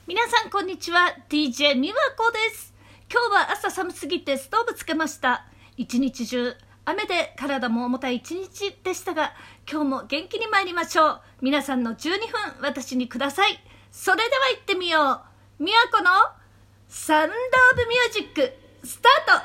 皆さんこんにちは。 DJ みわこです。今日は朝寒すぎてストーブつけました。一日中雨で体も重たい一日でしたが、今日も元気に参りましょう。皆さんの12分私にください。それでは行ってみよう。みわこのサウンドオブミュージックスタート。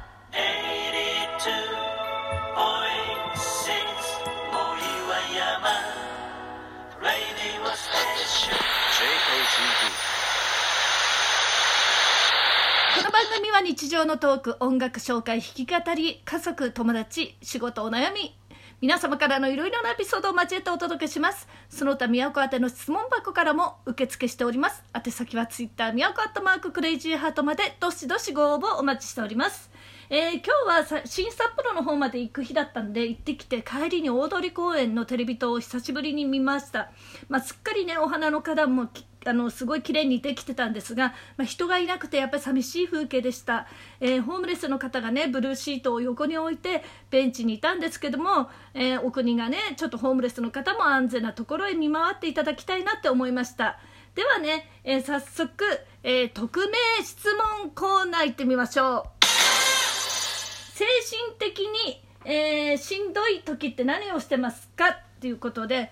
この番組は日常のトーク、音楽紹介、弾き語り、家族、友達、仕事、お悩み、皆様からのいろいろなエピソードを交えてお届けします。その他、みやこ宛ての質問箱からも受付しております。宛先はツイッター、みやこ@クレイジーハートまでどしどしご応募お待ちしております。今日は新札幌の方まで行く日だったんで、行ってきて帰りに大通公園のテレビ塔を久しぶりに見ました。すっかりね、お花の花壇もすごい綺麗にできてたんですが、人がいなくてやっぱり寂しい風景でした。ホームレスの方がね、ブルーシートを横に置いてベンチにいたんですけども、お国がね、ちょっとホームレスの方も安全なところへ見回っていただきたいなって思いました。ではね、早速、匿名質問コーナー行ってみましょう。精神的に、しんどい時って何をしてますかっていうことで、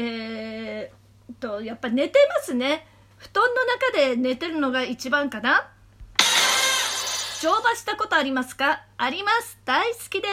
やっぱ寝てますね。布団の中で寝てるのが一番かな。乗馬したことありますか？あります。大好きです。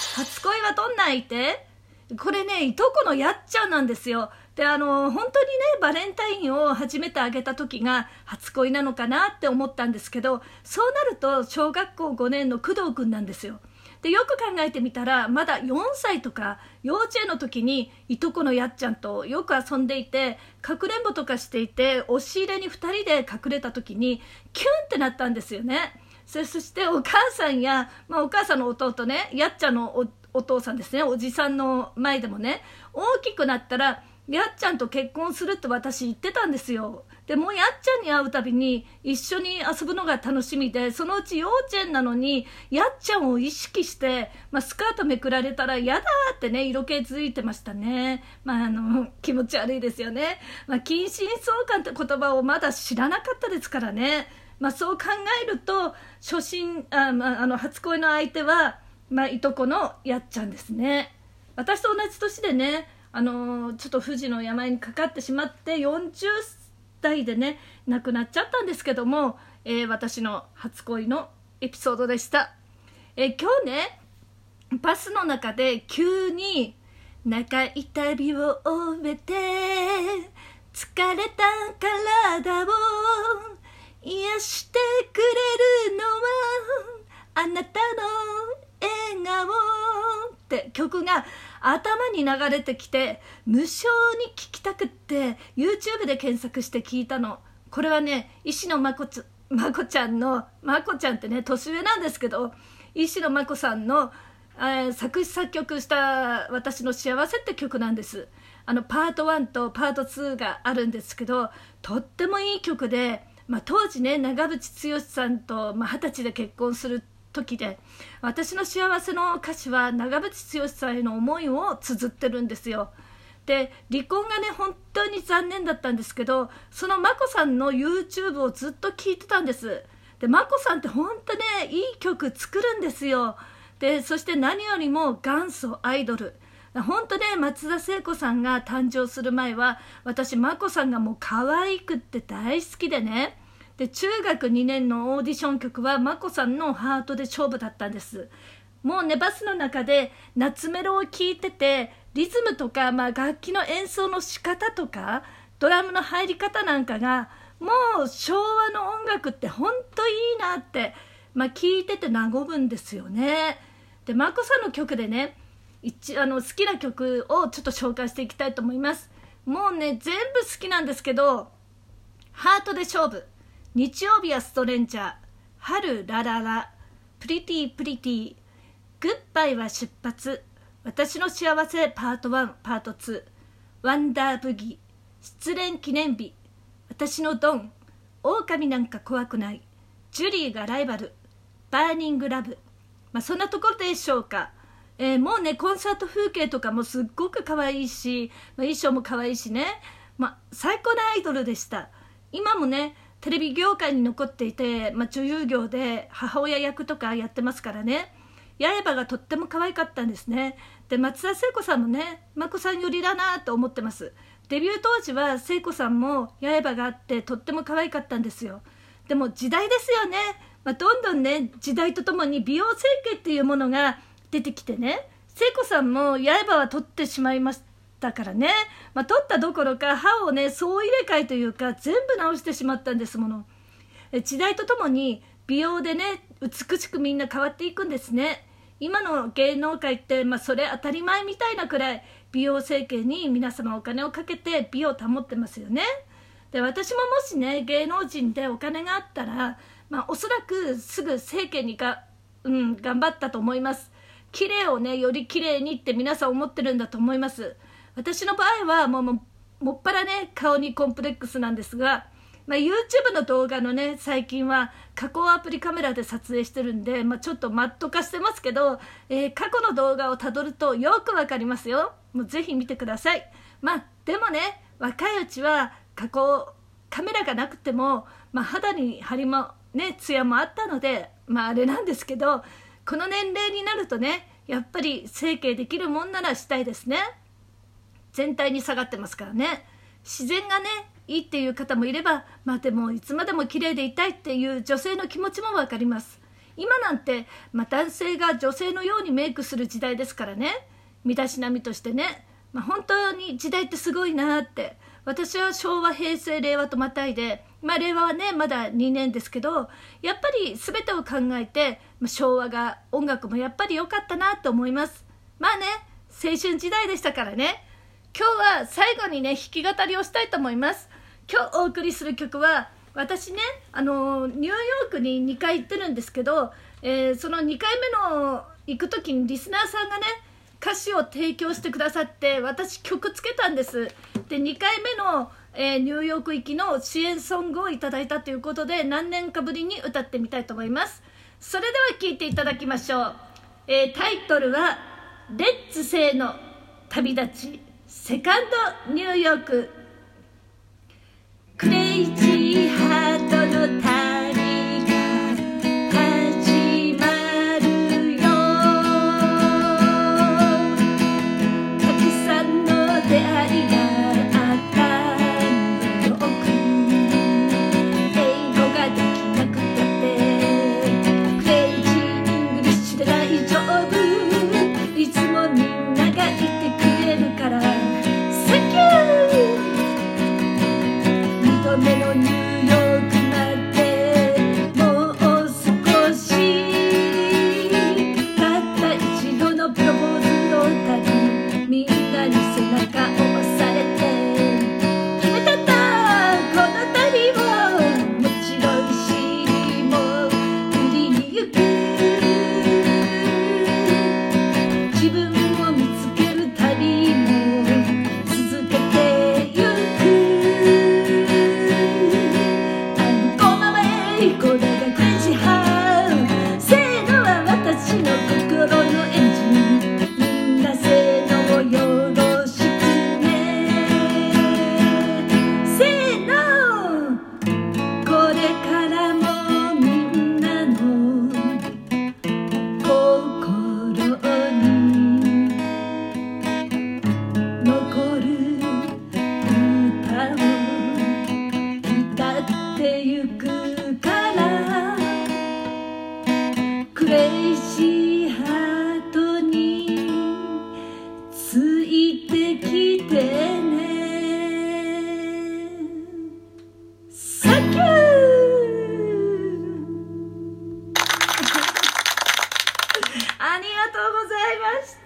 初恋はどんな相手？これね、いとこのやっちゃんなんですよ。で、本当にね、バレンタインを初めてあげた時が初恋なのかなって思ったんですけど、そうなると小学校5年の工藤くんなんですよ。で、よく考えてみたら、まだ4歳とか幼稚園の時にいとこのやっちゃんとよく遊んでいて、かくれんぼとかしていて、押し入れに2人で隠れた時にキュンってなったんですよね。そしてお母さんや、お母さんの弟ね、やっちゃんの お父さんですね、おじさんの前でもね、大きくなったらやっちゃんと結婚するって私言ってたんですよ。でもやっちゃんに会うたびに一緒に遊ぶのが楽しみで、そのうち幼稚園なのにやっちゃんを意識して、スカートめくられたらやだってね、色気づいてましたね。気持ち悪いですよね。近親相関って言葉をまだ知らなかったですからね。そう考えると初恋の相手は、いとこのやっちゃんですね。私と同じ年でね、ちょっと不治の病にかかってしまって40代でね亡くなっちゃったんですけども、私の初恋のエピソードでした。今日ね、バスの中で急に長い旅を終えて疲れた体を癒してくれるのはあなたの笑顔って曲が頭に流れてきて、無性に聴きたくって YouTube で検索して聞いたの。これはね、石野真子ちゃんの、真子ちゃんってね年上なんですけど、石野真子さんの、作詞作曲した私の幸せって曲なんです。パート1とパート2があるんですけど、とってもいい曲で、当時ね、長渕剛さんと20歳で結婚する時で、私の幸せの歌詞は長渕剛さんへの思いを綴ってるんですよ。で、離婚がね本当に残念だったんですけど、その眞子さんの YouTube をずっと聞いてたんです。で、眞子さんって本当ねいい曲作るんですよ。で、そして何よりも元祖アイドル、本当ね、松田聖子さんが誕生する前は私眞子さんがもう可愛くって大好きでね。で、中学2年のオーディション曲は眞子さんのハートで勝負だったんです。もうね、バスの中で夏メロを聴いてて、リズムとか、楽器の演奏の仕方とかドラムの入り方なんかが、もう昭和の音楽って本当いいなって、聴いてて和むんですよね。で、眞子さんの曲でね、好きな曲をちょっと紹介していきたいと思います。もうね全部好きなんですけど、ハートで勝負、日曜日はストレンジャー、春ラララ、プリティプリティ、グッバイは出発、私の幸せパート1パート2、ワンダーブギー、失恋記念日、私のドン、狼なんか怖くない、ジュリーがライバル、バーニングラブ。そんなところでしょうか。もうねコンサート風景とかもすっごく可愛いし、衣装も可愛いしね、 最高なアイドルでした。今もねテレビ業界に残っていて、女優業で母親役とかやってますからね。刃がとっても可愛かったんですね。で松田聖子さんもね眞子さん寄りだなと思ってます。デビュー当時は聖子さんも刃があってとっても可愛かったんですよ。でも時代ですよね。どんどんね時代とともに美容整形っていうものが出てきてね、聖子さんも刃は取ってしまいましたからね、取ったどころか歯をね総入れ替えというか全部直してしまったんですもの。時代とともに美容でね美しくみんな変わっていくんですね。今の芸能界って、それ当たり前みたいなくらい美容整形に皆様お金をかけて美を保ってますよね。で私ももしね芸能人でお金があったら、おそらくすぐ整形に頑張ったと思います。綺麗をねより綺麗にって皆さん思ってるんだと思います。私の場合はもっぱらね顔にコンプレックスなんですが、YouTube の動画のね最近は加工アプリカメラで撮影してるんで、ちょっとマット化してますけど、過去の動画をたどるとよくわかりますよ。もうぜひ見てください。でもね若いうちは加工カメラがなくても、肌に張りもねツヤもあったのであれなんですけど、この年齢になるとねやっぱり整形できるもんならしたいですね。全体に下がってますからね。自然がねいいっていう方もいれば、でもいつまでも綺麗でいたいっていう女性の気持ちも分かります。今なんて、男性が女性のようにメイクする時代ですからね。身だしなみとしてね、本当に時代ってすごいなって。私は昭和平成令和とまたいで、令和はねまだ2年ですけど、やっぱり全てを考えて、昭和が音楽もやっぱり良かったなと思います。青春時代でしたからね。今日は最後にね弾き語りをしたいと思います。今日お送りする曲は、私ねニューヨークに2回行ってるんですけど、その2回目の行く時にリスナーさんがね歌詞を提供してくださって、私曲つけたんです。で2回目の、ニューヨーク行きの支援ソングをいただいたということで、何年かぶりに歌ってみたいと思います。それでは聴いていただきましょう。タイトルはレッツセイの旅立ちセカンドニューヨーク。クレイジーハートの旅が始まるよ。たくさんの出会いがあったニューヨーク。英語ができなくたってクレイジーイングリッシュで大丈夫。いつもみんながいてくれるからサンキュー。2度目のニューヨークまでもう少し。たった一度のプロポーズの旅、みんなに背中を押されて決めたんだこの旅を。もちろん CD も売りに行く。自分を見つける旅も続けてゆく。I'm on my way これがクレイジーハート。せーのは私の心のエンジン。みんなせーのをよろしくね。せーの。これからもみんなの心に残る歌を歌ってゆくから。クレイジーハートについてきてね。サンキュー。ありがとうございました。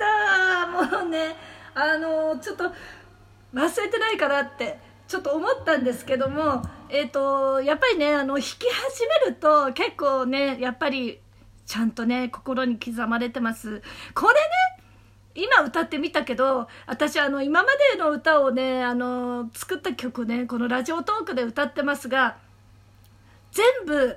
もうねちょっと忘れてないかなってちょっと思ったんですけども、やっぱりね弾き始めると結構ねやっぱりちゃんとね心に刻まれてます。これね今歌ってみたけど、私今までの歌をね作った曲ねこのラジオトークで歌ってますが、全部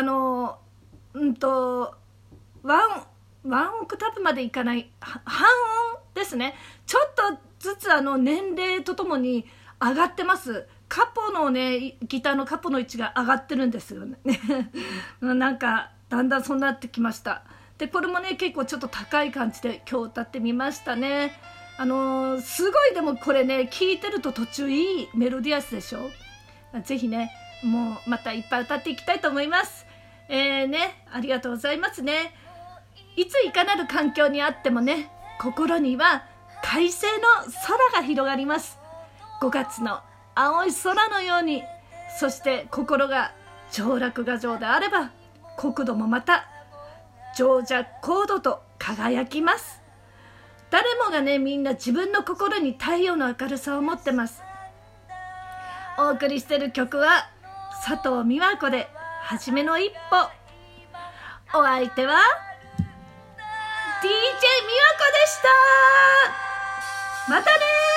ワンオクターブまでいかない半音ですね。ちょっとずつ年齢とともに上がってます。カポのね、ギターのカポの位置が上がってるんですよねなんかだんだんそうなってきました。でこれもね結構ちょっと高い感じで今日歌ってみましたね。すごいでもこれね聴いてると途中いいメロディアスでしょ。ぜひねもうまたいっぱい歌っていきたいと思います。ね、ありがとうございますね。いついかなる環境にあってもね、心には快晴の空が広がります。5月の青い空のように。そして心が上洛画上であれば国土もまた情弱高度と輝きます。誰もがねみんな自分の心に太陽の明るさを持ってます。お送りしてる曲は佐藤美和子ではじめの一歩。お相手は DJ 美和子でした。またね。